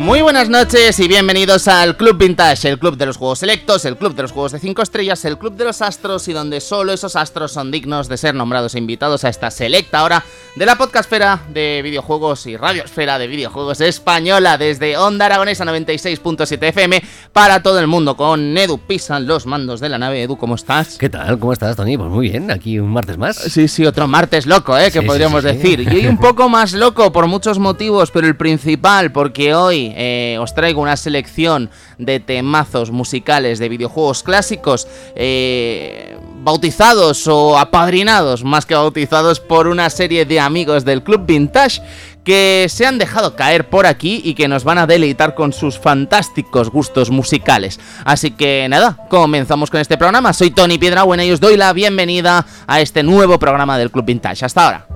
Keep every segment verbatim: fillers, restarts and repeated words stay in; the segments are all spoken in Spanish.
Muy buenas noches y bienvenidos al Club Vintage, el club de los juegos selectos, el club de los juegos de cinco estrellas, el club de los astros y donde solo esos astros son dignos de ser nombrados e invitados a esta selecta hora de la podcastfera de videojuegos y radiosfera de videojuegos española desde Onda Aragonesa noventa y seis punto siete F M para todo el mundo con Edu Pisan los mandos de la nave. Edu, ¿cómo estás? ¿Qué tal? ¿Cómo estás, Tony? Pues muy bien, aquí un martes más. Sí, sí, otro martes loco, ¿eh? Que sí, podríamos sí, sí, decir. sí. Y hoy un poco más loco por muchos motivos, pero el principal, porque hoy eh, os traigo una selección de temazos musicales de videojuegos clásicos eh, bautizados o apadrinados, más que bautizados, por una serie de amigos del Club Vintage que se han dejado caer por aquí y que nos van a deleitar con sus fantásticos gustos musicales. Así que nada, comenzamos con este programa. Soy Tony Piedrabuena y os doy la bienvenida a este nuevo programa del Club Vintage. Hasta ahora.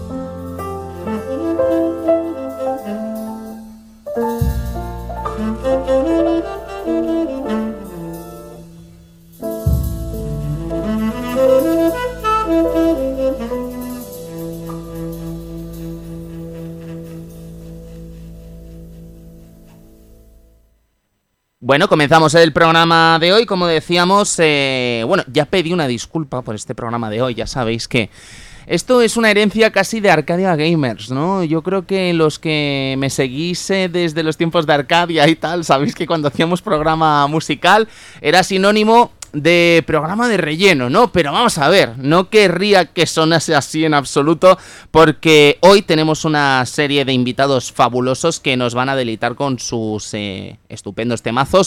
Bueno, comenzamos el programa de hoy, como decíamos, eh, bueno, ya pedí una disculpa por este programa de hoy, ya sabéis que esto es una herencia casi de Arcadia Gamers, ¿no? Yo creo que los que me seguís eh, desde los tiempos de Arcadia y tal, sabéis que cuando hacíamos programa musical era sinónimo de programa de relleno, ¿no? Pero vamos a ver, no querría que sonase así en absoluto, porque hoy tenemos una serie de invitados fabulosos que nos van a deleitar con sus eh, estupendos temazos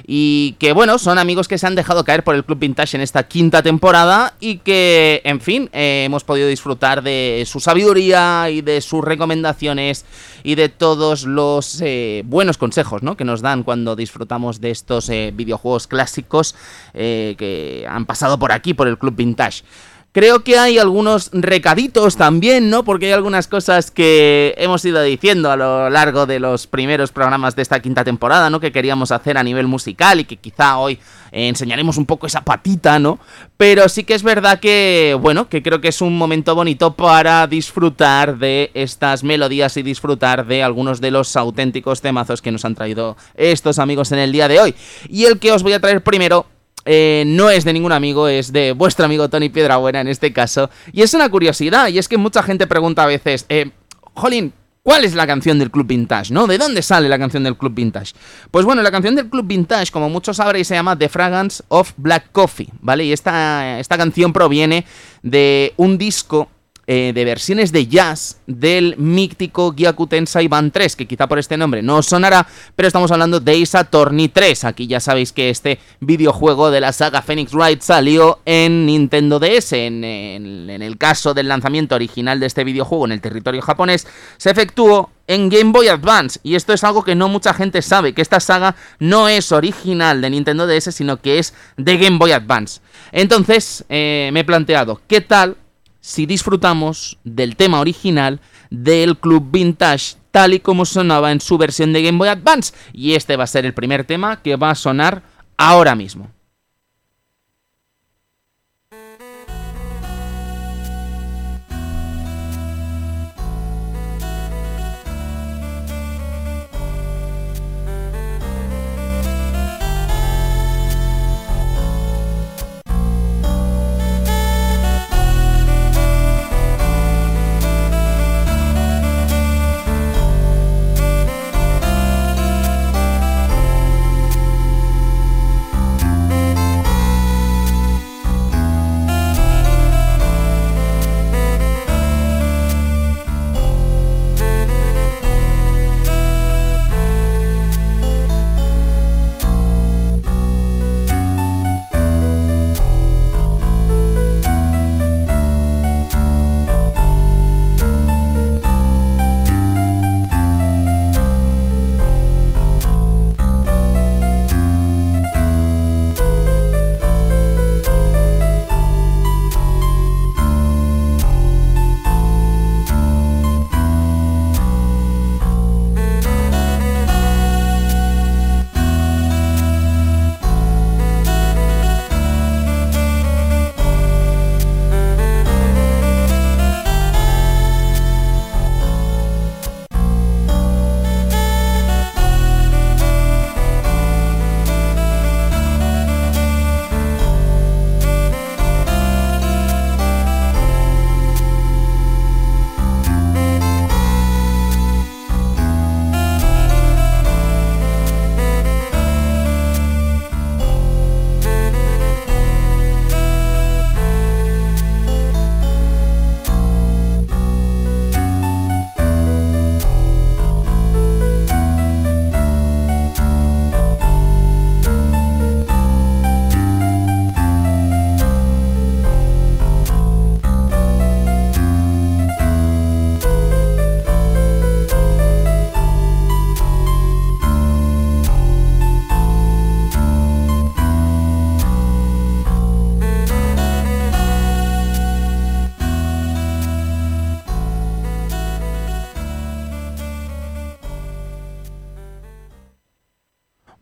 y que, bueno, son amigos que se han dejado caer por el Club Vintage en esta quinta temporada y que, en fin, eh, hemos podido disfrutar de su sabiduría y de sus recomendaciones y de todos los eh, buenos consejos, ¿no?, que nos dan cuando disfrutamos de estos eh, videojuegos clásicos eh, que han pasado por aquí, por el Club Vintage. Creo que hay algunos recaditos también, ¿no? Porque hay algunas cosas que hemos ido diciendo a lo largo de los primeros programas de esta quinta temporada, ¿no?, que queríamos hacer a nivel musical y que quizá hoy eh, enseñaremos un poco esa patita, ¿no? Pero sí que es verdad que, bueno, que creo que es un momento bonito para disfrutar de estas melodías y disfrutar de algunos de los auténticos temazos que nos han traído estos amigos en el día de hoy. Y el que os voy a traer primero Eh, no es de ningún amigo, es de vuestro amigo Tony Piedrabuena en este caso. Y es una curiosidad, y es que mucha gente pregunta a veces, eh, jolín, ¿cuál es la canción del Club Vintage, no? ¿De dónde sale la canción del Club Vintage? Pues bueno, la canción del Club Vintage, como muchos sabréis, se llama The Fragrance of Black Coffee, ¿vale? Y esta, esta canción proviene de un disco Eh, de versiones de jazz del mítico Gyakuten Saiban tres, que quizá por este nombre no os sonará, pero estamos hablando de Ace Attorney tres. Aquí ya sabéis que este videojuego de la saga Phoenix Wright salió en Nintendo D S. En, en, en el caso del lanzamiento original de este videojuego en el territorio japonés, se efectuó en Game Boy Advance, y esto es algo que no mucha gente sabe, que esta saga no es original de Nintendo D S, sino que es de Game Boy Advance. Entonces, eh, me he planteado, ¿qué tal si disfrutamos del tema original del Club Vintage tal y como sonaba en su versión de Game Boy Advance? Y este va a ser el primer tema que va a sonar ahora mismo. Thank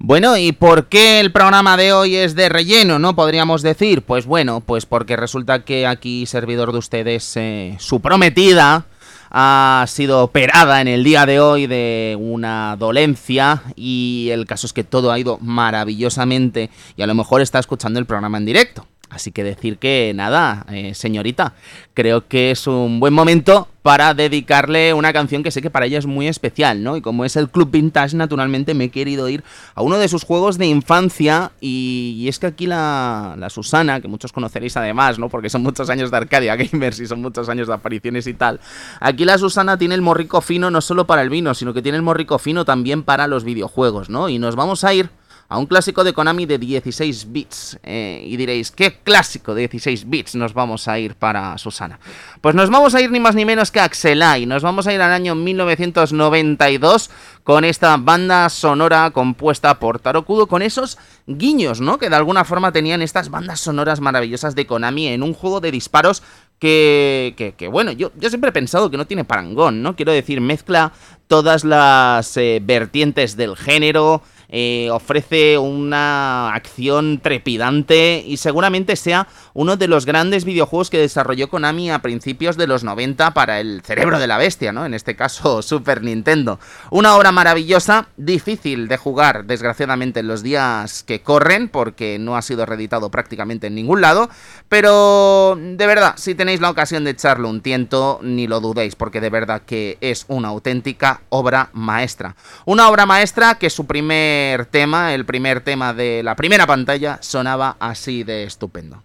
Bueno, ¿y por qué el programa de hoy es de relleno, no? Podríamos decir. Pues bueno, pues porque resulta que aquí, servidor de ustedes, eh, su prometida ha sido operada en el día de hoy de una dolencia y el caso es que todo ha ido maravillosamente y a lo mejor está escuchando el programa en directo. Así que decir que nada, eh, señorita, creo que es un buen momento para dedicarle una canción que sé que para ella es muy especial, ¿no? Y como es el Club Vintage, naturalmente me he querido ir a uno de sus juegos de infancia y, y es que aquí la, la Susana, que muchos conoceréis además, ¿no? Porque son muchos años de Arcadia Gamers y son muchos años de apariciones y tal. Aquí la Susana tiene el morrico fino no solo para el vino, sino que tiene el morrico fino también para los videojuegos, ¿no? Y nos vamos a ir a un clásico de Konami de dieciséis bits. Eh, y diréis, ¿qué clásico de dieciséis bits nos vamos a ir para Susana? Pues nos vamos a ir ni más ni menos que a Axelay. Nos vamos a ir al año mil novecientos noventa y dos con esta banda sonora compuesta por Taro Kudo, con esos guiños, ¿no? Que de alguna forma tenían estas bandas sonoras maravillosas de Konami en un juego de disparos que, que, que bueno, yo, yo siempre he pensado que no tiene parangón, ¿no? Quiero decir, mezcla todas las eh, vertientes del género. Eh, ofrece una acción trepidante y seguramente sea uno de los grandes videojuegos que desarrolló Konami a principios de los noventa para el cerebro de la bestia, ¿no? En este caso Super Nintendo. Una obra maravillosa, difícil de jugar desgraciadamente en los días que corren porque no ha sido reeditado prácticamente en ningún lado, pero de verdad, si tenéis la ocasión de echarle un tiento, ni lo dudéis porque de verdad que es una auténtica obra maestra. Una obra maestra que su primer tema, el primer tema de la primera pantalla, sonaba así de estupendo.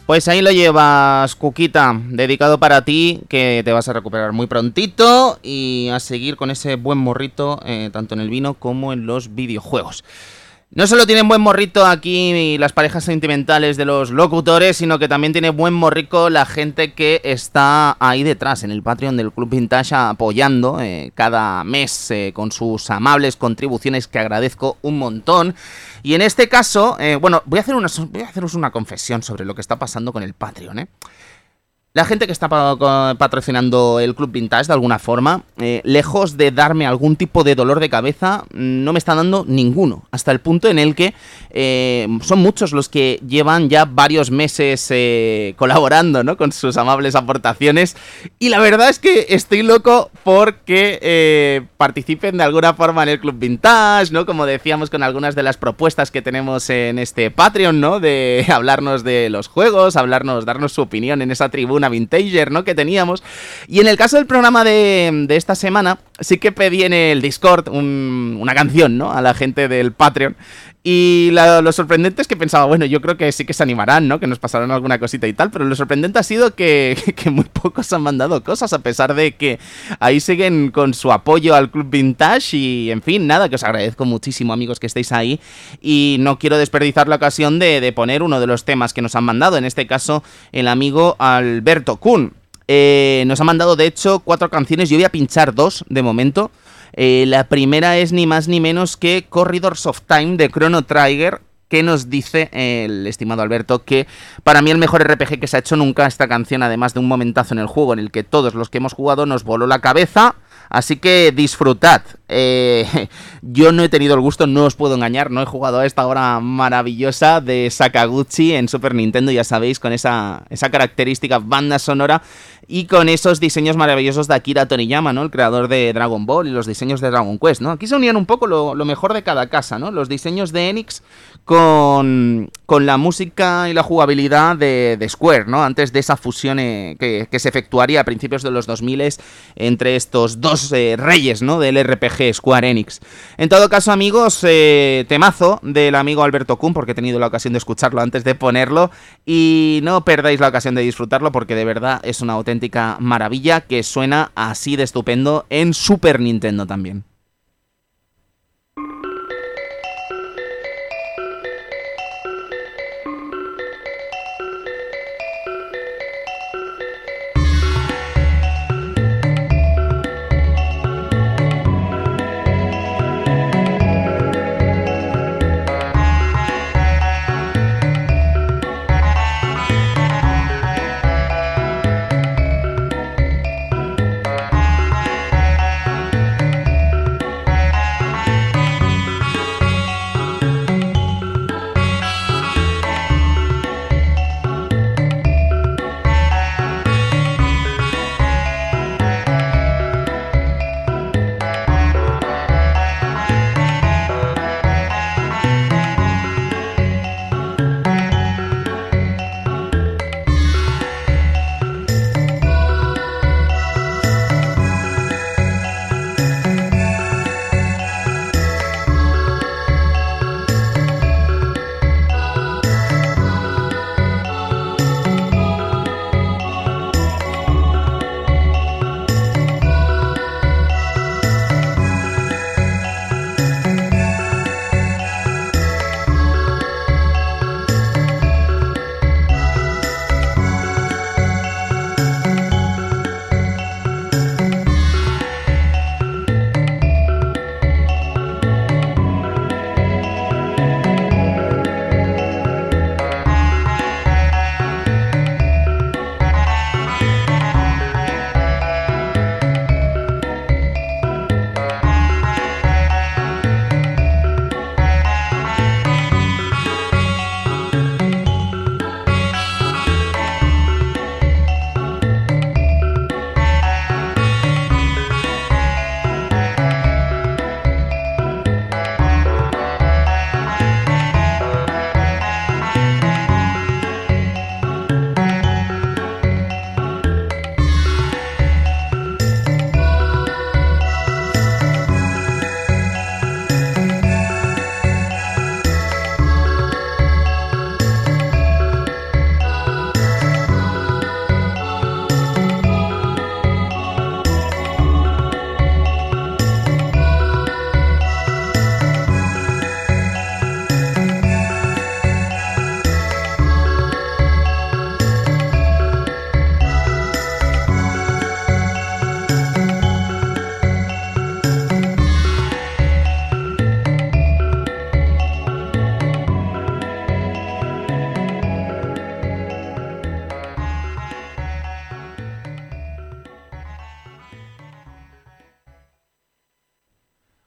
Pues ahí lo llevas, Cuquita, dedicado para ti, que te vas a recuperar muy prontito y a seguir con ese buen morrito, eh, tanto en el vino como en los videojuegos. No solo tienen buen morrito aquí las parejas sentimentales de los locutores, sino que también tiene buen morrico la gente que está ahí detrás, en el Patreon del Club Vintage, apoyando eh, cada mes eh, con sus amables contribuciones, que agradezco un montón. Y en este caso, eh, bueno, voy a, hacer una, voy a haceros una confesión sobre lo que está pasando con el Patreon, ¿eh? La gente que está patrocinando el Club Vintage de alguna forma, eh, lejos de darme algún tipo de dolor de cabeza, no me está dando ninguno. Hasta el punto en el que eh, son muchos los que llevan ya varios meses eh, colaborando, ¿no?, con sus amables aportaciones. Y la verdad es que estoy loco porque eh, participen de alguna forma en el Club Vintage, ¿no? Como decíamos, con algunas de las propuestas que tenemos en este Patreon, ¿no? De hablarnos de los juegos, hablarnos, darnos su opinión en esa tribuna vintager, ¿no?, que teníamos. Y en el caso del programa de, de esta semana, sí que pedí en el Discord un, una canción, ¿no?, a la gente del Patreon. Y la, lo sorprendente es que pensaba, bueno, yo creo que sí que se animarán, ¿no?, que nos pasarán alguna cosita y tal, pero lo sorprendente ha sido que, que muy pocos han mandado cosas, a pesar de que ahí siguen con su apoyo al Club Vintage. Y, en fin, nada, que os agradezco muchísimo, amigos, que estéis ahí, y no quiero desperdiciar la ocasión de, de poner uno de los temas que nos han mandado, en este caso el amigo Alberto Kuhn. Eh, nos ha mandado, de hecho, cuatro canciones. Yo voy a pinchar dos de momento. Eh, la primera es ni más ni menos que Corridors of Time de Chrono Trigger, que nos dice el estimado Alberto que para mí el mejor R P G que se ha hecho nunca. Esta canción, además de un momentazo en el juego en el que todos los que hemos jugado nos voló la cabeza. Así que disfrutad. Eh, yo no he tenido el gusto, no os puedo engañar, no he jugado a esta obra maravillosa de Sakaguchi en Super Nintendo, ya sabéis, con esa, esa característica banda sonora y con esos diseños maravillosos de Akira Toriyama, ¿no?, el creador de Dragon Ball, y los diseños de Dragon Quest, ¿no? Aquí se unían un poco lo, lo mejor de cada casa, ¿no? Los diseños de Enix con, con la música y la jugabilidad de, de Square, ¿no?, antes de esa fusión eh, que, que se efectuaría a principios de los dos mil entre estos dos eh, reyes, ¿no?, del R P G, Square Enix. En todo caso, amigos, eh, temazo del amigo Alberto Kuhn, porque he tenido la ocasión de escucharlo antes de ponerlo, y no perdáis la ocasión de disfrutarlo, porque de verdad es una auténtica maravilla que suena así de estupendo en Super Nintendo también.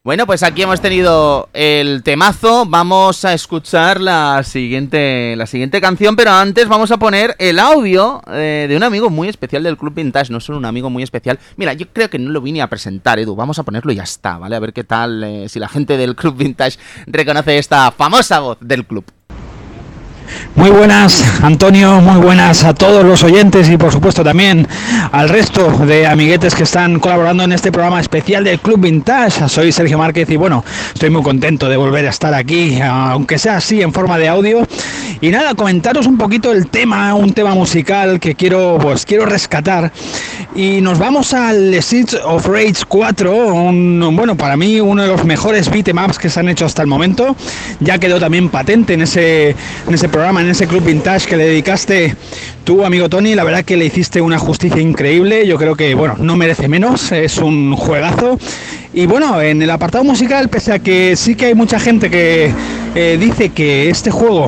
Bueno, pues aquí hemos tenido el temazo. Vamos a escuchar la siguiente, la siguiente canción, pero antes vamos a poner el audio eh, de un amigo muy especial del Club Vintage. No solo un amigo muy especial. Mira, yo creo que no lo vine a presentar, Edu. Vamos a ponerlo y ya está, ¿vale? A ver qué tal, eh, si la gente del Club Vintage reconoce esta famosa voz del club. Muy buenas, Antonio, muy buenas a todos los oyentes y por supuesto también al resto de amiguetes que están colaborando en este programa especial del Club Vintage. Soy Sergio Márquez y bueno, estoy muy contento de volver a estar aquí, aunque sea así en forma de audio. Y nada, comentaros un poquito el tema, un tema musical que quiero, pues quiero rescatar. Y nos vamos al Streets of Rage cuatro, un, bueno, para mí uno de los mejores beatemaps que se han hecho hasta el momento. Ya quedó también patente en ese, en ese programa, en ese Club Vintage que le dedicaste tú, amigo Tony. La verdad que le hiciste una justicia increíble. Yo creo que, bueno, no merece menos, es un juegazo. Y bueno, en el apartado musical, pese a que sí que hay mucha gente que eh, dice que este juego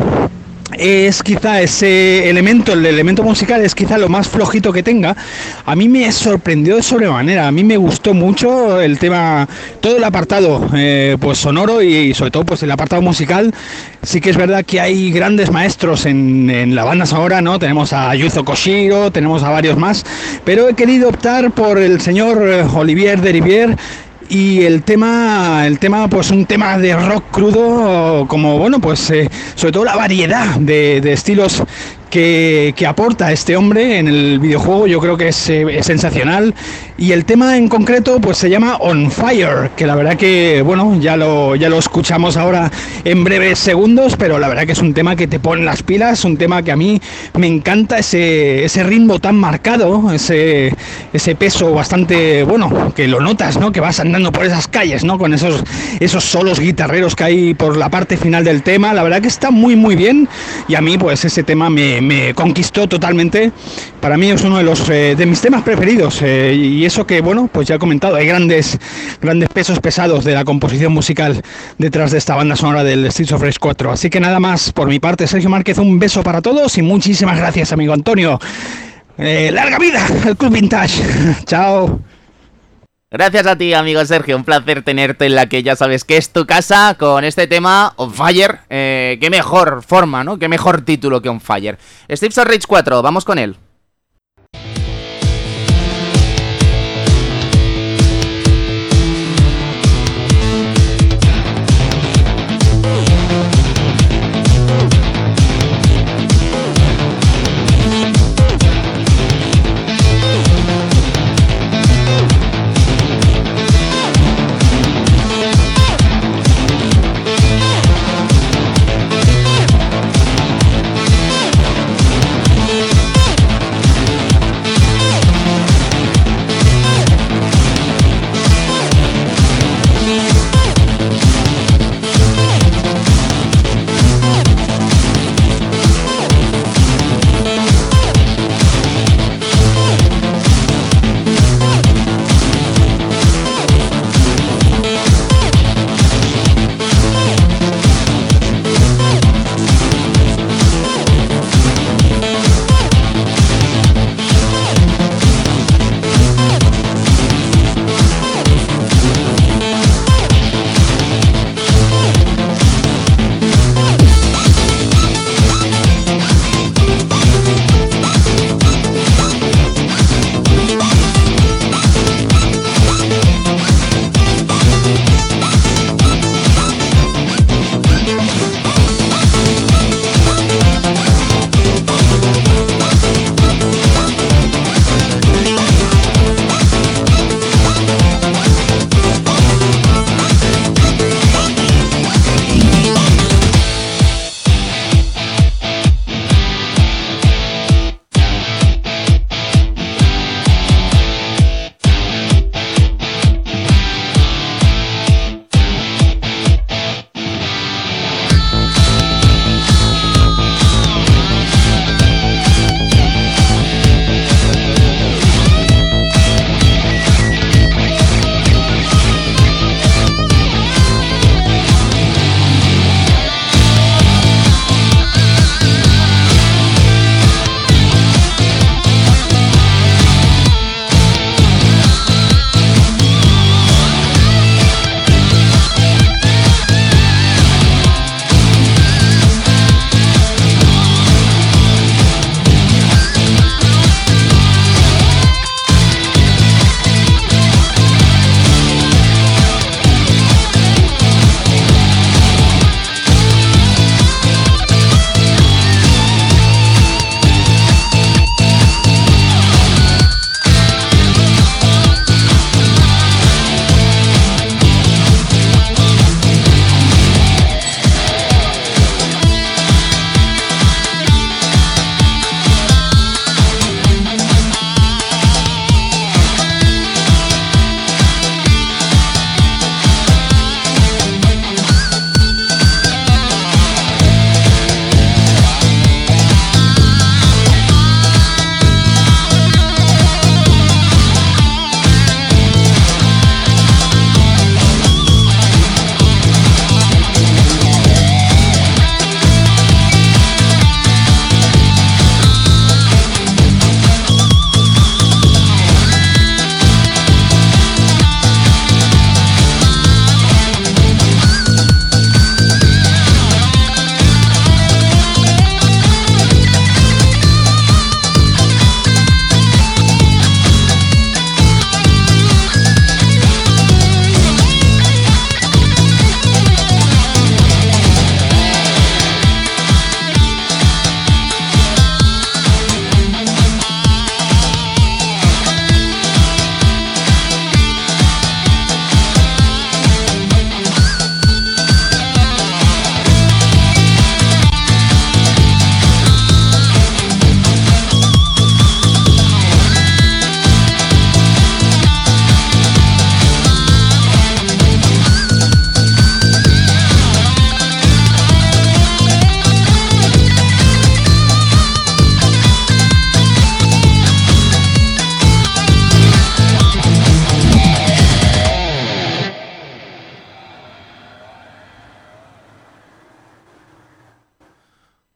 es quizá ese elemento, el elemento musical es quizá lo más flojito que tenga, a mí me sorprendió de sobremanera. A mí me gustó mucho el tema, todo el apartado eh, pues sonoro y sobre todo pues el apartado musical. Sí que es verdad que hay grandes maestros en, en la banda sonora, ¿no? Tenemos a Yuzo Koshiro, tenemos a varios más, pero he querido optar por el señor Olivier Derivière. Y el tema, el tema, pues un tema de rock crudo, como bueno, pues eh, sobre todo la variedad de, de estilos que, que aporta este hombre en el videojuego, yo creo que es, eh, es sensacional. Y el tema en concreto, pues se llama On Fire, que la verdad que, bueno, ya lo, ya lo escuchamos ahora en breves segundos, pero la verdad que es un tema que te pone las pilas, un tema que a mí me encanta, ese, ese ritmo tan marcado, ese, ese peso bastante, bueno, que lo notas, ¿no? Que vas andando por esas calles, ¿no? Con esos, esos solos guitarreros que hay por la parte final del tema. La verdad que está muy muy bien y a mí pues ese tema me, me conquistó totalmente. Para mí es uno de los eh, de mis temas preferidos eh, y eso que, bueno, pues ya he comentado, hay grandes grandes pesos pesados de la composición musical detrás de esta banda sonora del Streets of Rage cuatro. Así que nada más por mi parte, Sergio Márquez, un beso para todos y muchísimas gracias, amigo Antonio. Eh, larga vida al Club Vintage. Chao. Gracias a ti, amigo Sergio, un placer tenerte en la que ya sabes que es tu casa con este tema On Fire. Eh, qué mejor forma, ¿no? Qué mejor título que On Fire. Streets of Rage cuatro, vamos con él.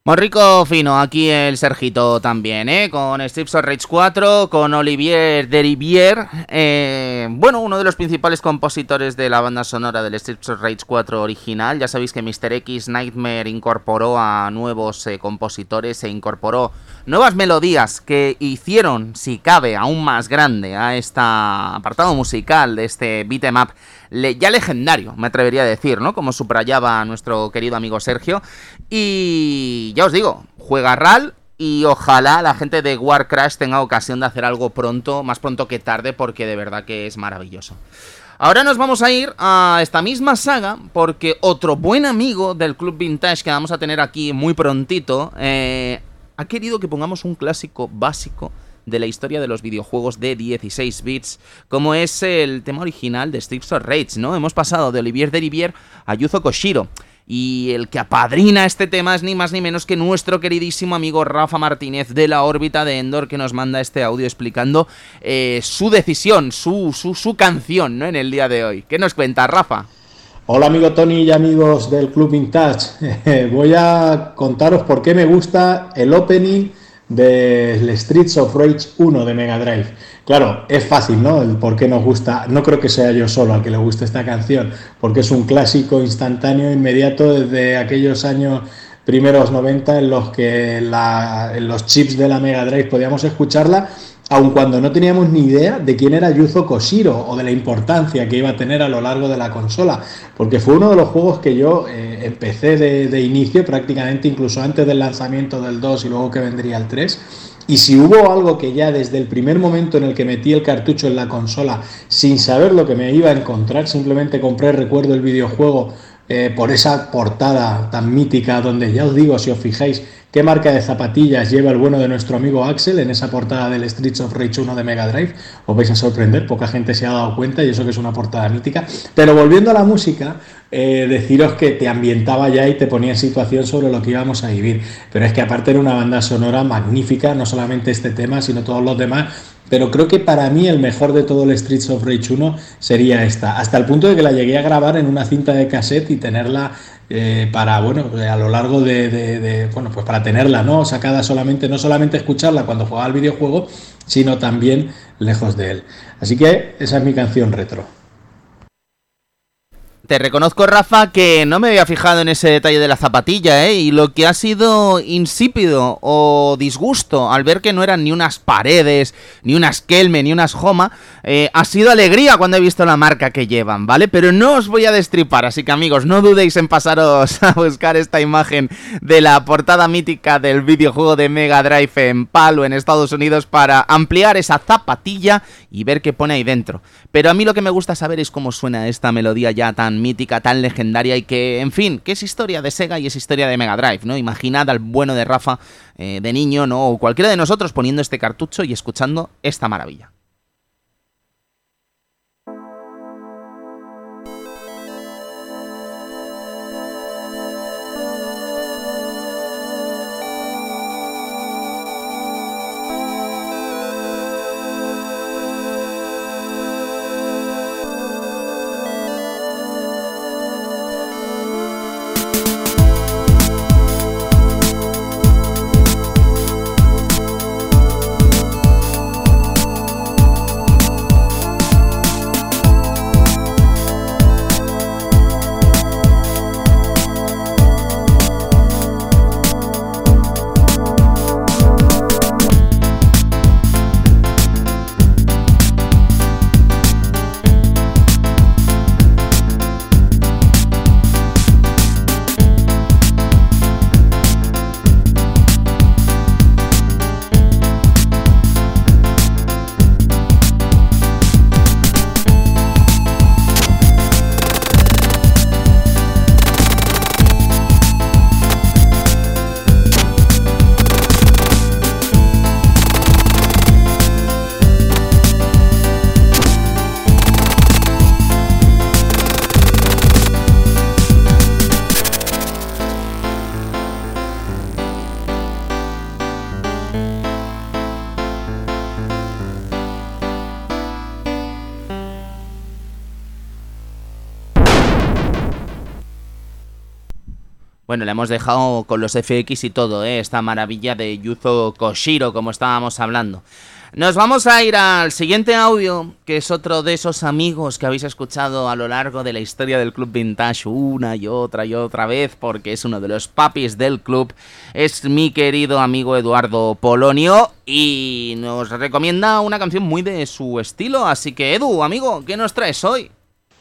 Muy rico fino aquí el Sergito también, ¿eh? Con Streets of Rage cuatro, con Olivier Derivière, eh, bueno, uno de los principales compositores de la banda sonora del Streets of Rage cuatro original. Ya sabéis que mister X Nightmare incorporó a nuevos eh, compositores e incorporó nuevas melodías que hicieron, si cabe, aún más grande a este apartado musical de este beat'em up le, ya legendario, me atrevería a decir, ¿no? Como subrayaba nuestro querido amigo Sergio. Y ya os digo, juega R A L y ojalá la gente de Warcrash tenga ocasión de hacer algo pronto, más pronto que tarde, porque de verdad que es maravilloso. Ahora nos vamos a ir a esta misma saga porque otro buen amigo del Club Vintage que vamos a tener aquí muy prontito eh, ha querido que pongamos un clásico básico de la historia de los videojuegos de dieciséis bits, como es el tema original de Streets of Rage, ¿no? Hemos pasado de Olivier Derivière a Yuzo Koshiro, y el que apadrina este tema es ni más ni menos que nuestro queridísimo amigo Rafa Martínez de la órbita de Endor, que nos manda este audio explicando eh, su decisión, su, su, su canción, ¿no? En el día de hoy. ¿Qué nos cuenta, Rafa? Hola amigo Tony y amigos del Club Vintage. Voy a contaros por qué me gusta el opening del Streets of Rage uno de Mega Drive. Claro, es fácil, ¿no? El por qué nos gusta. No creo que sea yo solo al que le guste esta canción, porque es un clásico instantáneo, inmediato, desde aquellos años primeros noventa en los que la, en los chips de la Mega Drive podíamos escucharla, aun cuando no teníamos ni idea de quién era Yuzo Koshiro o de la importancia que iba a tener a lo largo de la consola, porque fue uno de los juegos que yo eh, empecé de, de inicio, prácticamente incluso antes del lanzamiento del dos y luego que vendría el tres. Y si hubo algo que ya desde el primer momento en el que metí el cartucho en la consola, sin saber lo que me iba a encontrar, simplemente compré, recuerdo, el videojuego eh, por esa portada tan mítica, donde ya os digo, si os fijáis, qué marca de zapatillas lleva el bueno de nuestro amigo Axel en esa portada del Streets of Rage uno de Mega Drive. Os vais a sorprender, poca gente se ha dado cuenta, y eso que es una portada mítica. Pero volviendo a la música, eh, deciros que te ambientaba ya y te ponía en situación sobre lo que íbamos a vivir. Pero es que aparte era una banda sonora magnífica, no solamente este tema, sino todos los demás. Pero creo que para mí el mejor de todo el Streets of Rage uno sería esta, hasta el punto de que la llegué a grabar en una cinta de cassette y tenerla eh, para, bueno, a lo largo de, de, de, bueno, pues para tenerla, ¿no? Sacada solamente, no solamente escucharla cuando jugaba al videojuego, sino también lejos de él. Así que esa es mi canción retro. Te reconozco, Rafa, que no me había fijado en ese detalle de la zapatilla, ¿eh? Y lo que ha sido insípido o disgusto al ver que no eran ni unas paredes, ni unas Kelme, ni unas Homa, eh, ha sido alegría cuando he visto la marca que llevan, ¿vale? Pero no os voy a destripar, así que amigos, no dudéis en pasaros a buscar esta imagen de la portada mítica del videojuego de Mega Drive en PAL o en Estados Unidos para ampliar esa zapatilla y ver qué pone ahí dentro. Pero a mí lo que me gusta saber es cómo suena esta melodía ya tan mítica, tan legendaria, y que, en fin, que es historia de Sega y es historia de Mega Drive, ¿no? Imaginad al bueno de Rafa eh, de niño, ¿no? O cualquiera de nosotros poniendo este cartucho y escuchando esta maravilla. Bueno, le hemos dejado con los F X y todo, ¿eh? Esta maravilla de Yuzo Koshiro, como estábamos hablando. Nos vamos a ir al siguiente audio, que es otro de esos amigos que habéis escuchado a lo largo de la historia del Club Vintage una y otra y otra vez, porque es uno de los papis del club. Es mi querido amigo Eduardo Polonio y nos recomienda una canción muy de su estilo. Así que, Edu, amigo, ¿qué nos traes hoy?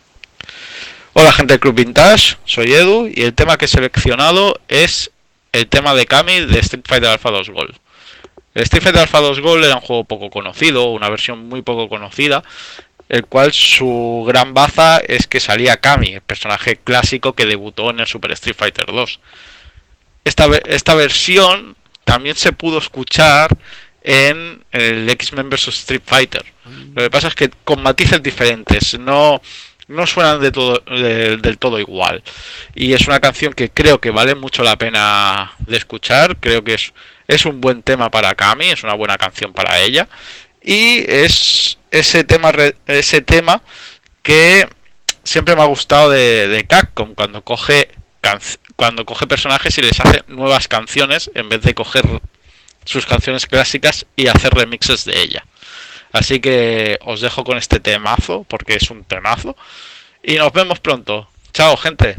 Hola gente del Club Vintage, soy Edu y el tema que he seleccionado es el tema de Kami de Street Fighter Alpha dos Gold. El Street Fighter Alpha dos Gold era un juego poco conocido, una versión muy poco conocida, el cual su gran baza es que salía Kami, el personaje clásico que debutó en el Super Street Fighter dos. Esta, esta versión también se pudo escuchar en el X-Men versus. Street Fighter. Lo que pasa es que con matices diferentes, no... no suenan de todo, de, del todo igual. Y es una canción que creo que vale mucho la pena de escuchar. Creo que es, es un buen tema para Kami, es una buena canción para ella. Y es ese tema, ese tema que siempre me ha gustado de, de Capcom, cuando coge, cuando coge personajes y les hace nuevas canciones en vez de coger sus canciones clásicas y hacer remixes de ella. Así que os dejo con este temazo, porque es un temazo. Y nos vemos pronto. Chao, gente.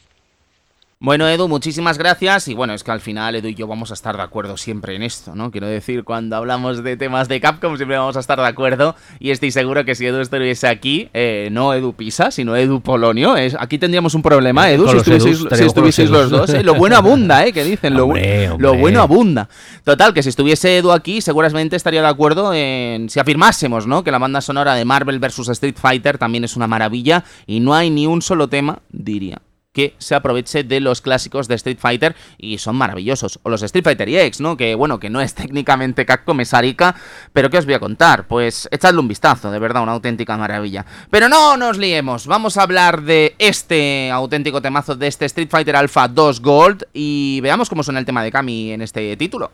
Bueno, Edu, muchísimas gracias. Y bueno, es que al final Edu y yo vamos a estar de acuerdo siempre en esto, ¿no? Quiero decir, cuando hablamos de temas de Capcom siempre vamos a estar de acuerdo. Y estoy seguro que si Edu estuviese aquí, eh, no Edu Pisa, sino Edu Polonio, es, aquí tendríamos un problema, Edu, si estuvieseis, si estuvieseis los dos. ¿eh? Lo bueno abunda, ¿eh? Que dicen, lo, hombre, hombre. lo bueno abunda. Total, que si estuviese Edu aquí, seguramente estaría de acuerdo en si afirmásemos, ¿no? Que la banda sonora de Marvel versus. Street Fighter también es una maravilla y no hay ni un solo tema, diría, que se aproveche de los clásicos de Street Fighter y son maravillosos. O los Street Fighter E X, ¿no? Que bueno, que no es técnicamente Capcom, es Arica, pero ¿qué os voy a contar? Pues echadle un vistazo, de verdad, una auténtica maravilla. Pero no nos liemos, vamos a hablar de este auténtico temazo de este Street Fighter Alpha dos Gold y veamos cómo suena el tema de Kami en este título.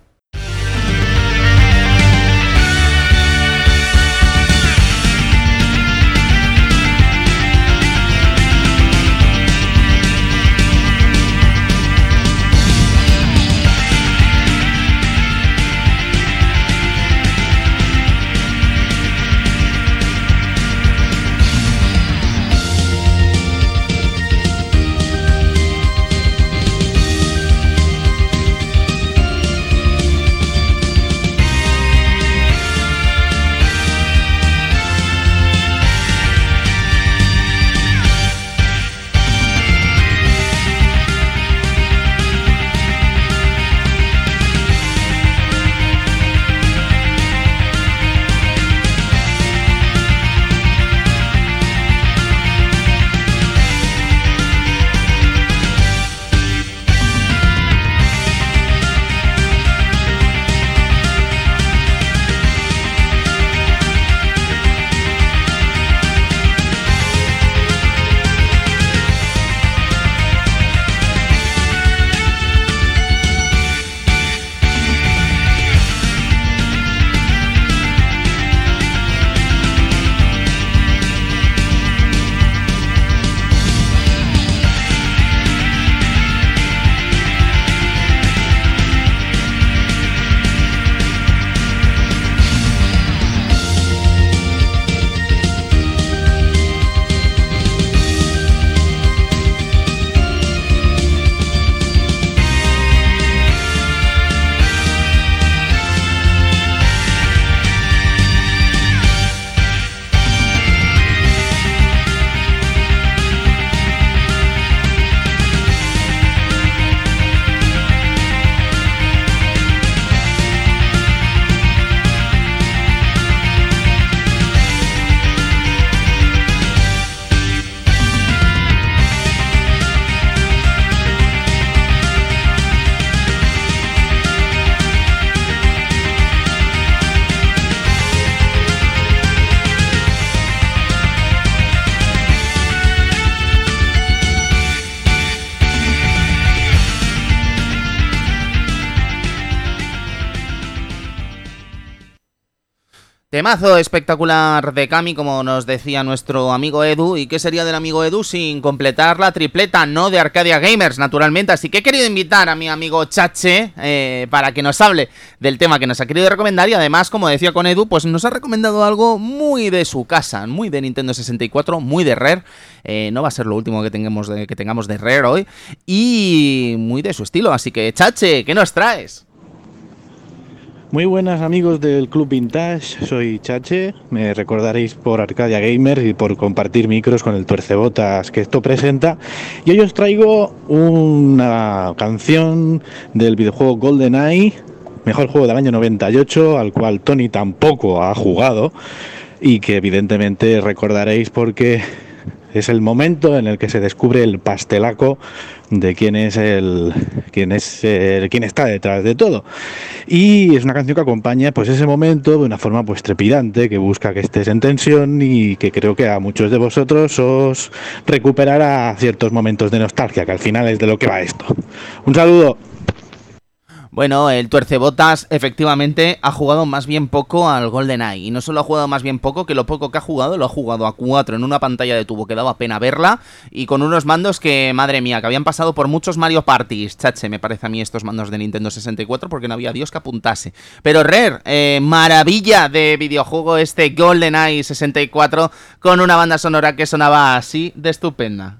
Temazo espectacular de Kami, como nos decía nuestro amigo Edu. ¿Y qué sería del amigo Edu sin completar la tripleta, no de Arcadia Gamers, naturalmente? Así que he querido invitar a mi amigo Chache eh, para que nos hable del tema que nos ha querido recomendar. Y además, como decía con Edu, pues nos ha recomendado algo muy de su casa, muy de Nintendo sesenta y cuatro, muy de Rare. Eh, no va a ser lo último que tengamos de, que tengamos de Rare hoy. Y muy de su estilo. Así que, Chache, ¿qué nos traes? Muy buenas amigos del Club Vintage, soy Chache, me recordaréis por Arcadia Gamers y por compartir micros con el tuercebotas que esto presenta, y hoy os traigo una canción del videojuego GoldenEye, mejor juego del año noventa y ocho, al cual Tony tampoco ha jugado y que evidentemente recordaréis porque es el momento en el que se descubre el pastelaco de quién es el quién es el, quién está detrás de todo. Y es una canción que acompaña pues ese momento de una forma pues trepidante, que busca que estés en tensión y que creo que a muchos de vosotros os recuperará ciertos momentos de nostalgia, que al final es de lo que va esto. Un saludo. Bueno, el tuercebotas efectivamente ha jugado más bien poco al GoldenEye. Y no solo ha jugado más bien poco, que lo poco que ha jugado lo ha jugado a cuatro en una pantalla de tubo que daba pena verla. Y con unos mandos que, madre mía, que habían pasado por muchos Mario Parties. Chache, me parece a mí estos mandos de Nintendo sesenta y cuatro, porque no había Dios que apuntase. Pero Rare, eh, maravilla de videojuego este GoldenEye sesenta y cuatro, con una banda sonora que sonaba así de estupenda.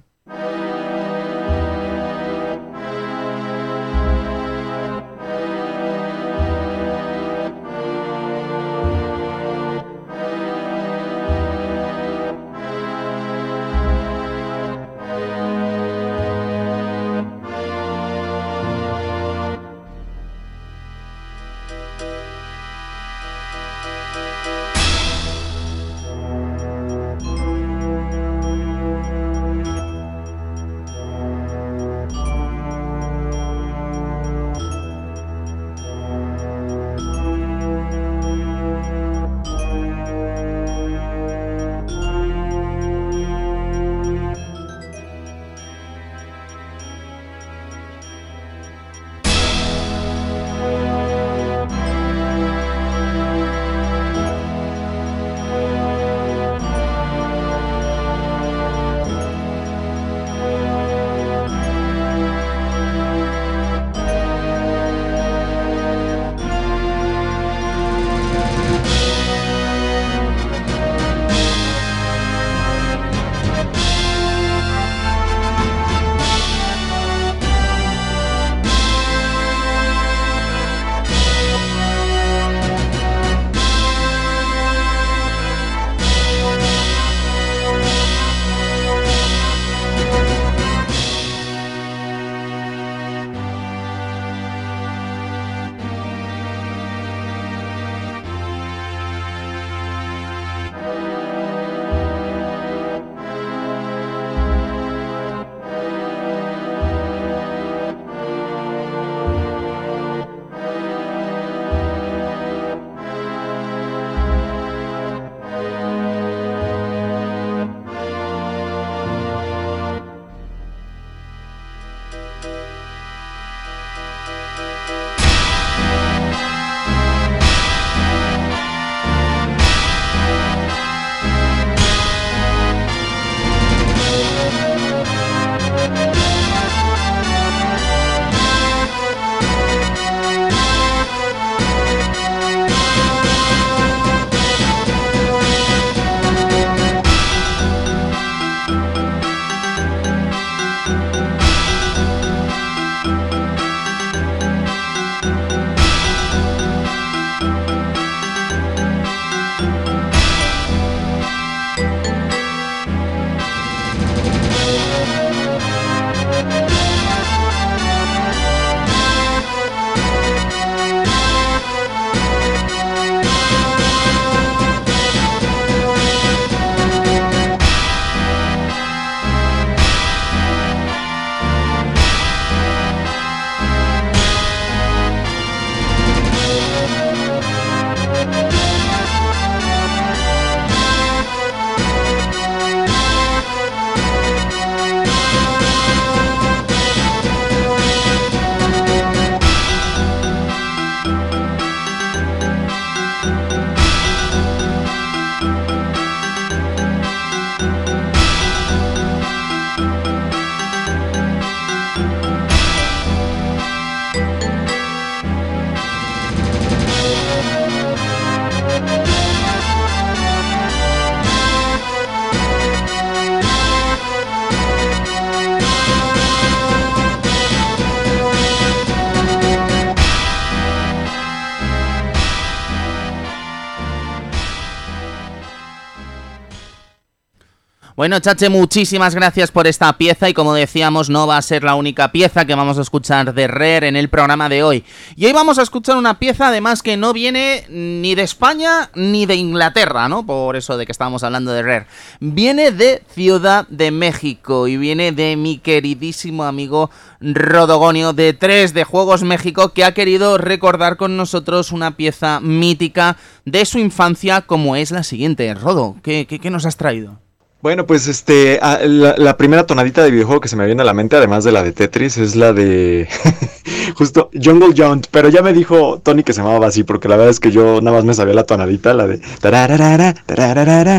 Bueno, Chache, muchísimas gracias por esta pieza y como decíamos no va a ser la única pieza que vamos a escuchar de Rare en el programa de hoy. Y hoy vamos a escuchar una pieza además que no viene ni de España ni de Inglaterra, ¿no? Por eso de que estábamos hablando de Rare. Viene de Ciudad de México y viene de mi queridísimo amigo Rodogonio de tres de Juegos México, que ha querido recordar con nosotros una pieza mítica de su infancia como es la siguiente. Rodo, ¿qué, qué, qué nos has traído? Bueno, pues este, la, la primera tonadita de videojuego que se me viene a la mente, además de la de Tetris, es la de justo Jungle Jaunt, pero ya me dijo Tony que se llamaba así, porque la verdad es que yo nada más me sabía la tonadita, la de tararara, tararara,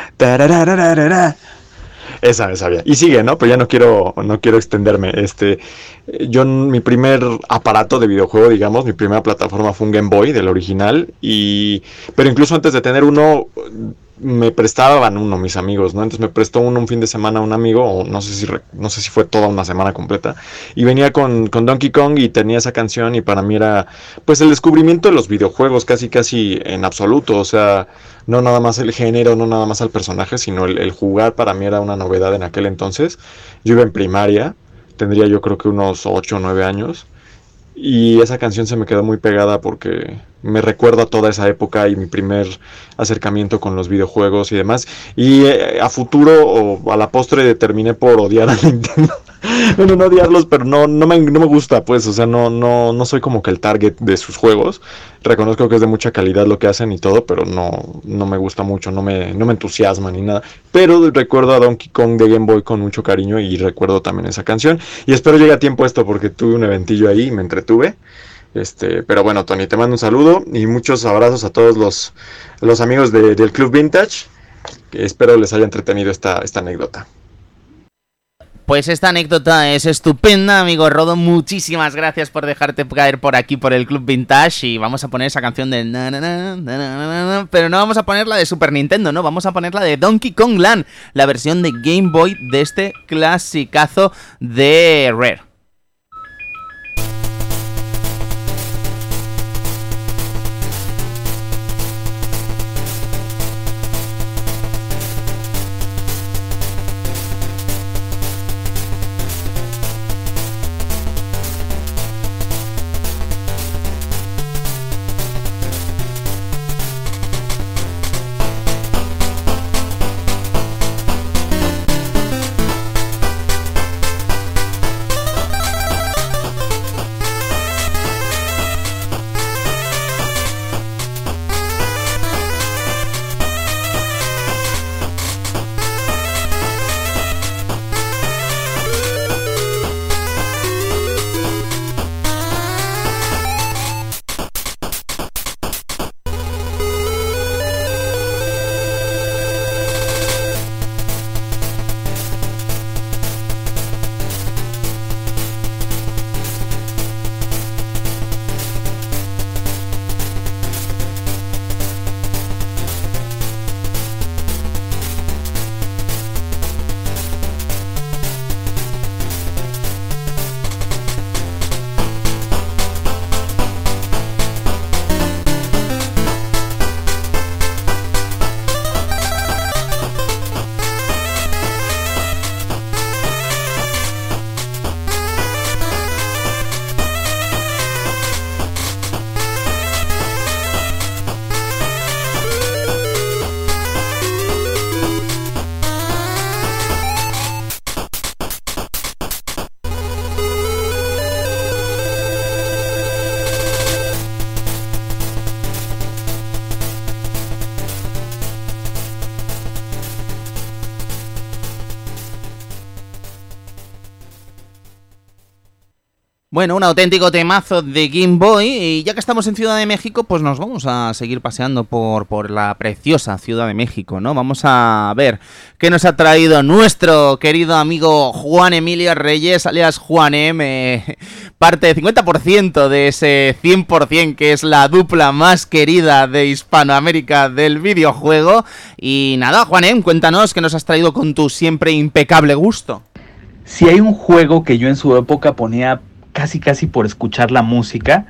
tararara. Esa me sabía. Y sigue, ¿no? Pero ya no quiero, no quiero extenderme. Este, yo, mi primer aparato de videojuego, digamos, mi primera plataforma fue un Game Boy, del original, y pero incluso antes de tener uno, me prestaban uno mis amigos, ¿no? Entonces me prestó uno un fin de semana un amigo, o no sé si no sé si fue toda una semana completa, y venía con, con Donkey Kong y tenía esa canción, y para mí era pues el descubrimiento de los videojuegos casi casi en absoluto, o sea, no nada más el género, no nada más al personaje, sino el, el jugar para mí era una novedad en aquel entonces. Yo iba en primaria, tendría yo creo que unos ocho o nueve años, y esa canción se me quedó muy pegada porque me recuerda a toda esa época y mi primer acercamiento con los videojuegos y demás. Y eh, a futuro o a la postre terminé por odiar a Nintendo. Bueno, no odiarlos, pero no, no, me, no me gusta, pues, o sea, no, no, no soy como que el target de sus juegos. Reconozco que es de mucha calidad lo que hacen y todo, pero no, no me gusta mucho, no me, no me entusiasma ni nada. Pero recuerdo a Donkey Kong de Game Boy con mucho cariño y recuerdo también esa canción. Y espero llegue a tiempo esto porque tuve un eventillo ahí y me entretuve. Este, pero bueno, Tony, te mando un saludo y muchos abrazos a todos los, los amigos de, del Club Vintage. Espero les haya entretenido esta, esta anécdota. Pues esta anécdota es estupenda, amigo Rodo. Muchísimas gracias por dejarte caer por aquí por el Club Vintage. Y vamos a poner esa canción de na, na, na, na, na, na, pero no vamos a poner la de Super Nintendo, no, vamos a poner la de Donkey Kong Land, la versión de Game Boy de este clasicazo de Rare. Bueno, un auténtico temazo de Game Boy. Y ya que estamos en Ciudad de México, pues nos vamos a seguir paseando por, por la preciosa Ciudad de México, ¿no? Vamos a ver qué nos ha traído nuestro querido amigo Juan Emilio Reyes, alias Juan M, parte de cincuenta por ciento de ese cien por ciento que es la dupla más querida de Hispanoamérica del videojuego. Y nada, Juan M, cuéntanos qué nos has traído con tu siempre impecable gusto. Si hay un juego que yo en su época ponía casi casi por escuchar la música,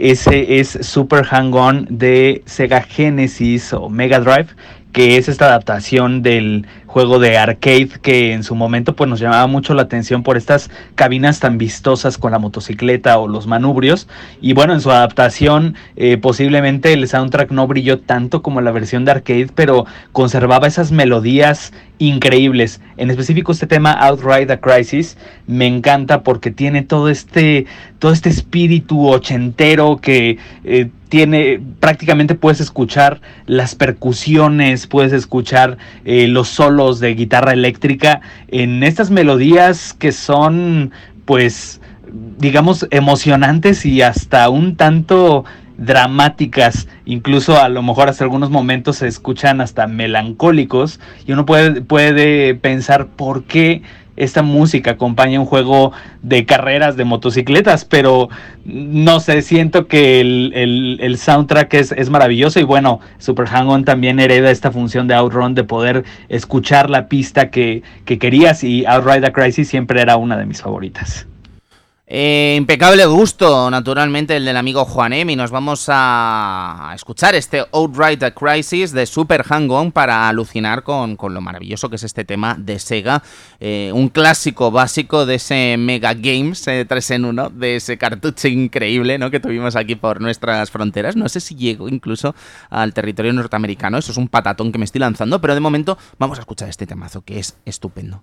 ese es Super Hang-On de Sega Genesis o Mega Drive, que es esta adaptación del juego de arcade que en su momento pues nos llamaba mucho la atención por estas cabinas tan vistosas con la motocicleta o los manubrios. Y bueno, en su adaptación eh, posiblemente el soundtrack no brilló tanto como la versión de arcade, pero conservaba esas melodías increíbles. En específico este tema Outright a Crisis me encanta porque tiene todo este todo este espíritu ochentero que eh, tiene, prácticamente puedes escuchar las percusiones, puedes escuchar eh, los solos de guitarra eléctrica en estas melodías que son pues digamos emocionantes y hasta un tanto dramáticas, incluso a lo mejor hasta algunos momentos se escuchan hasta melancólicos y uno puede, puede pensar por qué esta música acompaña un juego de carreras de motocicletas, pero no sé, siento que el, el, el soundtrack es, es maravilloso y bueno, Super Hang-On también hereda esta función de Outrun de poder escuchar la pista que, que querías y Outright a Crisis siempre era una de mis favoritas. Eh, impecable gusto, naturalmente, el del amigo Juanem, y nos vamos a, a escuchar este Outright a Crisis de Super Hang-On para alucinar con, con lo maravilloso que es este tema de Sega, eh, un clásico básico de ese Mega Games eh, tres en uno, de ese cartucho increíble, ¿no?, que tuvimos aquí por nuestras fronteras. No sé si llegó incluso al territorio norteamericano, eso es un patatón que me estoy lanzando, pero de momento vamos a escuchar este temazo que es estupendo.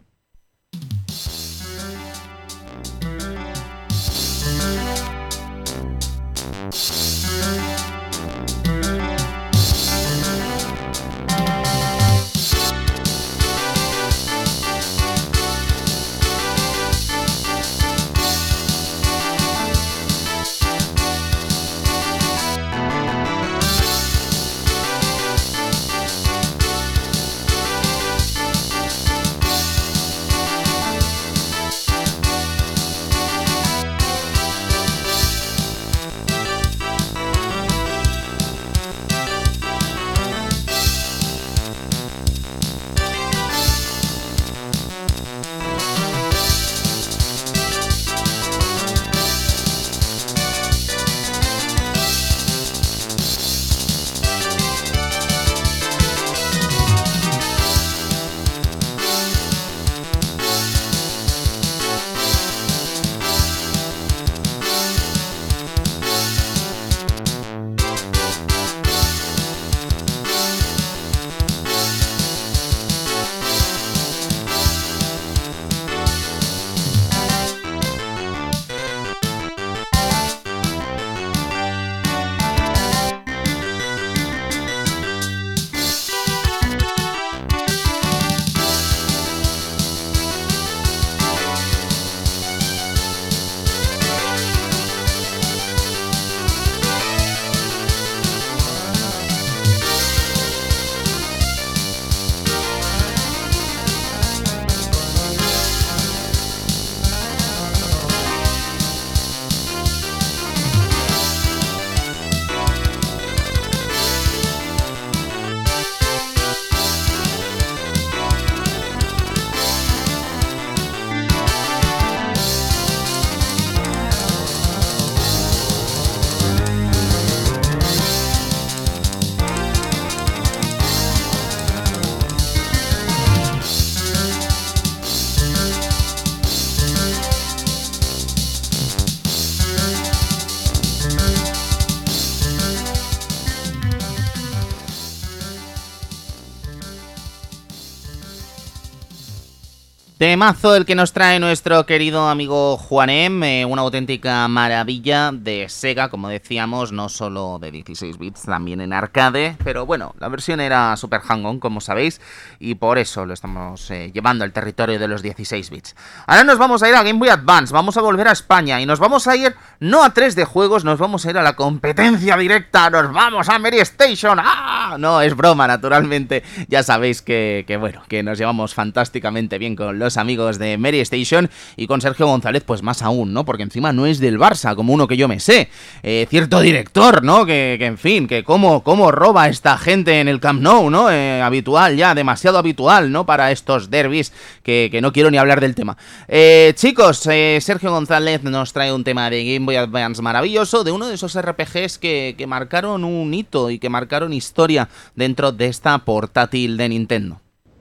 Temazo el que nos trae nuestro querido amigo Juanem, eh, una auténtica maravilla de Sega, como decíamos, no solo de dieciséis bits, también en arcade, pero bueno, la versión era Super Hang-On, como sabéis, y por eso lo estamos eh, llevando al territorio de los dieciséis bits. Ahora nos vamos a ir a Game Boy Advance, vamos a volver a España, y nos vamos a ir no a tres D juegos, nos vamos a ir a la competencia directa, nos vamos a Mary Station. ¡Ah! No, es broma, naturalmente, ya sabéis que, que bueno, que nos llevamos fantásticamente bien con los amigos de Mary Station, y con Sergio González pues más aún, ¿no? Porque encima no es del Barça, como uno que yo me sé, eh, cierto director, ¿no? Que, que en fin, que cómo, cómo roba esta gente en el Camp Nou, ¿no? Eh, habitual ya, demasiado habitual, ¿no? Para estos derbis, que, que no quiero ni hablar del tema. Eh, chicos, eh, Sergio González nos trae un tema de Game Boy Advance maravilloso, de uno de esos R P Gs que, que marcaron un hito y que marcaron historia dentro de esta portátil de Nintendo.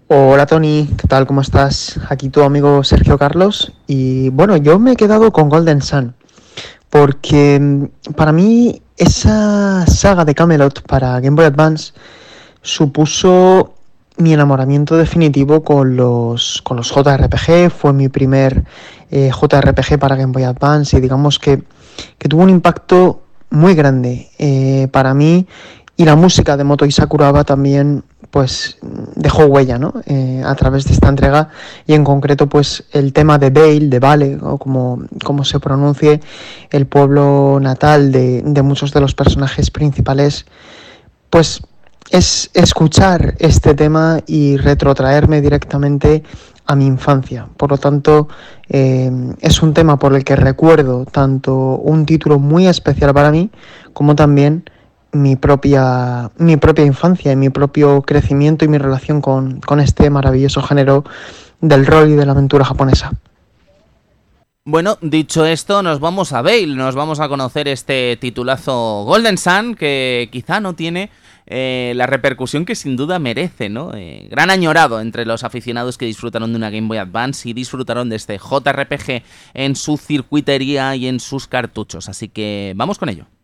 Hola Tony, ¿qué tal? ¿Cómo estás? Aquí tu amigo Sergio Carlos. Y bueno, yo me he quedado con Golden Sun, porque para mí esa saga de Camelot para Game Boy Advance supuso mi enamoramiento definitivo con los, con los J R P G. Fue mi primer eh, J R P G para Game Boy Advance y digamos que, que tuvo un impacto muy grande eh, para mí, y la música de Motoi Sakuraba también pues dejó huella, ¿no? Eh, a través de esta entrega, y en concreto pues el tema de Vale, de Vale, o como, como se pronuncie, el pueblo natal de, de muchos de los personajes principales, pues es escuchar este tema y retrotraerme directamente a mi infancia. Por lo tanto, eh, es un tema por el que recuerdo tanto un título muy especial para mí, como también mi propia, mi propia infancia y mi propio crecimiento y mi relación con, con este maravilloso género del rol y de la aventura japonesa. Bueno, dicho esto, nos vamos a Vale, nos vamos a conocer este titulazo Golden Sun, que quizá no tiene eh, la repercusión que sin duda merece, ¿no? Eh, gran añorado entre los aficionados que disfrutaron de una Game Boy Advance y disfrutaron de este J R P G en su circuitería y en sus cartuchos, así que vamos con ello.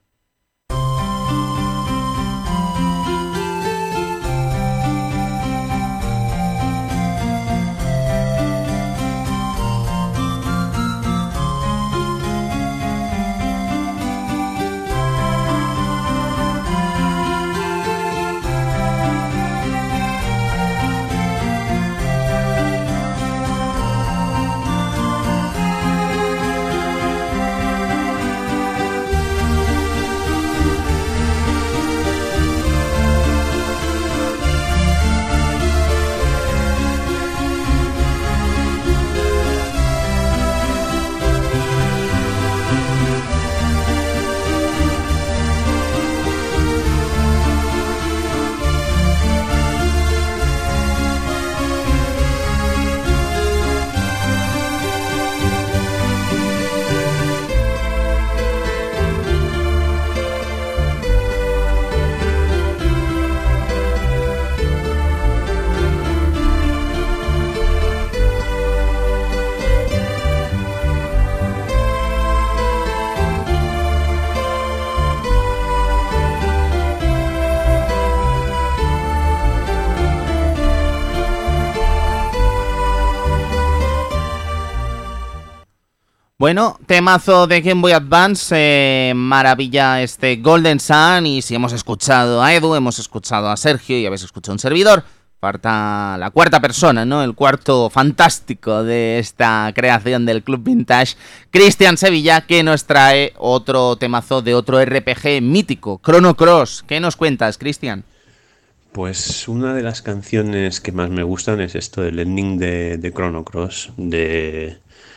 Bueno, temazo de Game Boy Advance, eh, maravilla este Golden Sun, y si hemos escuchado a Edu, hemos escuchado a Sergio y habéis escuchado a un servidor, falta la cuarta persona, ¿no? El cuarto fantástico de esta creación del Club Vintage, Cristian Sevilla, que nos trae otro temazo de otro R P G mítico, Chrono Cross. ¿Qué nos cuentas, Cristian? Pues una de las canciones que más me gustan es esto del ending de, de Chrono Cross, de...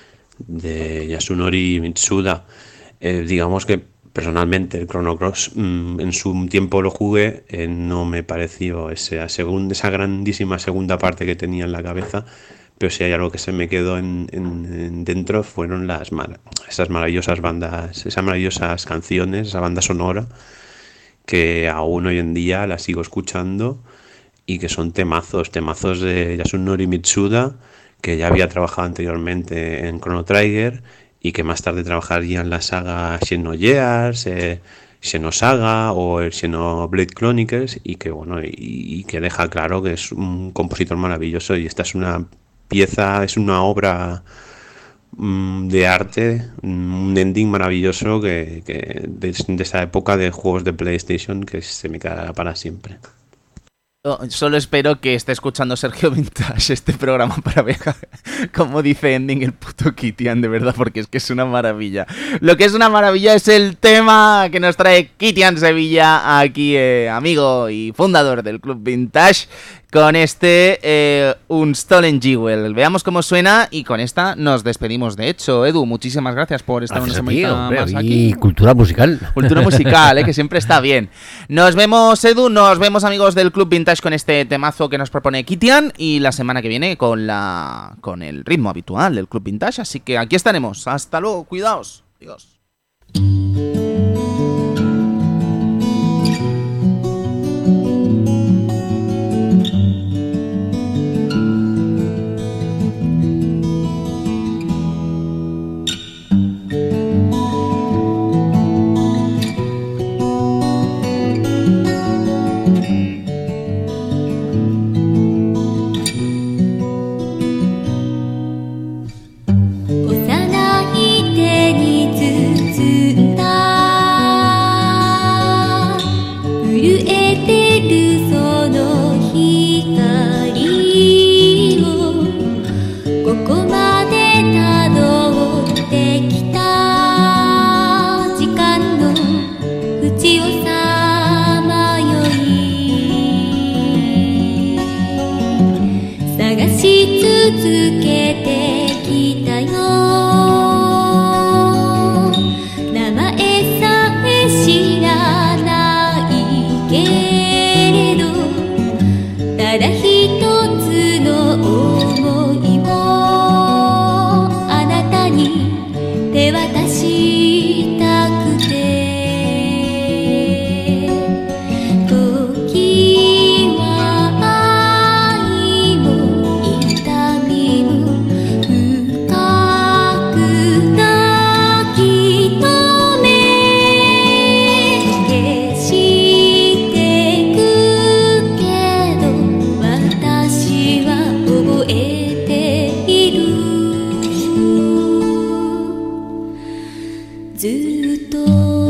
de Yasunori Mitsuda. Eh, digamos que personalmente el Chrono Cross mmm, en su tiempo lo jugué, eh, no me pareció esa, segunda, esa grandísima segunda parte que tenía en la cabeza, pero si hay algo que se me quedó en, en, en dentro fueron las mar esas maravillosas bandas, esas maravillosas canciones, esa banda sonora que aún hoy en día la sigo escuchando y que son temazos, temazos de Yasunori Mitsuda, que ya había trabajado anteriormente en Chrono Trigger y que más tarde trabajaría en la saga Xenogears, eh, Xenosaga o el Xenoblade Chronicles, y que bueno, y, y que deja claro que es un compositor maravilloso, y esta es una pieza, es una obra mmm, de arte, un ending maravilloso que, que de, de esa época de juegos de PlayStation que se me quedará para siempre. Solo espero que esté escuchando Sergio Vintage este programa para ver cómo dice ending el puto Kitian, de verdad, porque es que es una maravilla. Lo que es una maravilla es el tema que nos trae Kitian Sevilla, aquí eh, amigo y fundador del Club Vintage, con este eh, Un Stolen Jewel. Veamos cómo suena y con esta nos despedimos. De hecho, Edu, muchísimas gracias por estar gracias una semana más aquí. Y cultura musical. Cultura musical, eh, que siempre está bien. Nos vemos, Edu, nos vemos, amigos del Club Vintage, con este temazo que nos propone Kitian, y la semana que viene con la con el ritmo habitual del Club Vintage. Así que aquí estaremos. Hasta luego, cuidaos. Adiós. ずっと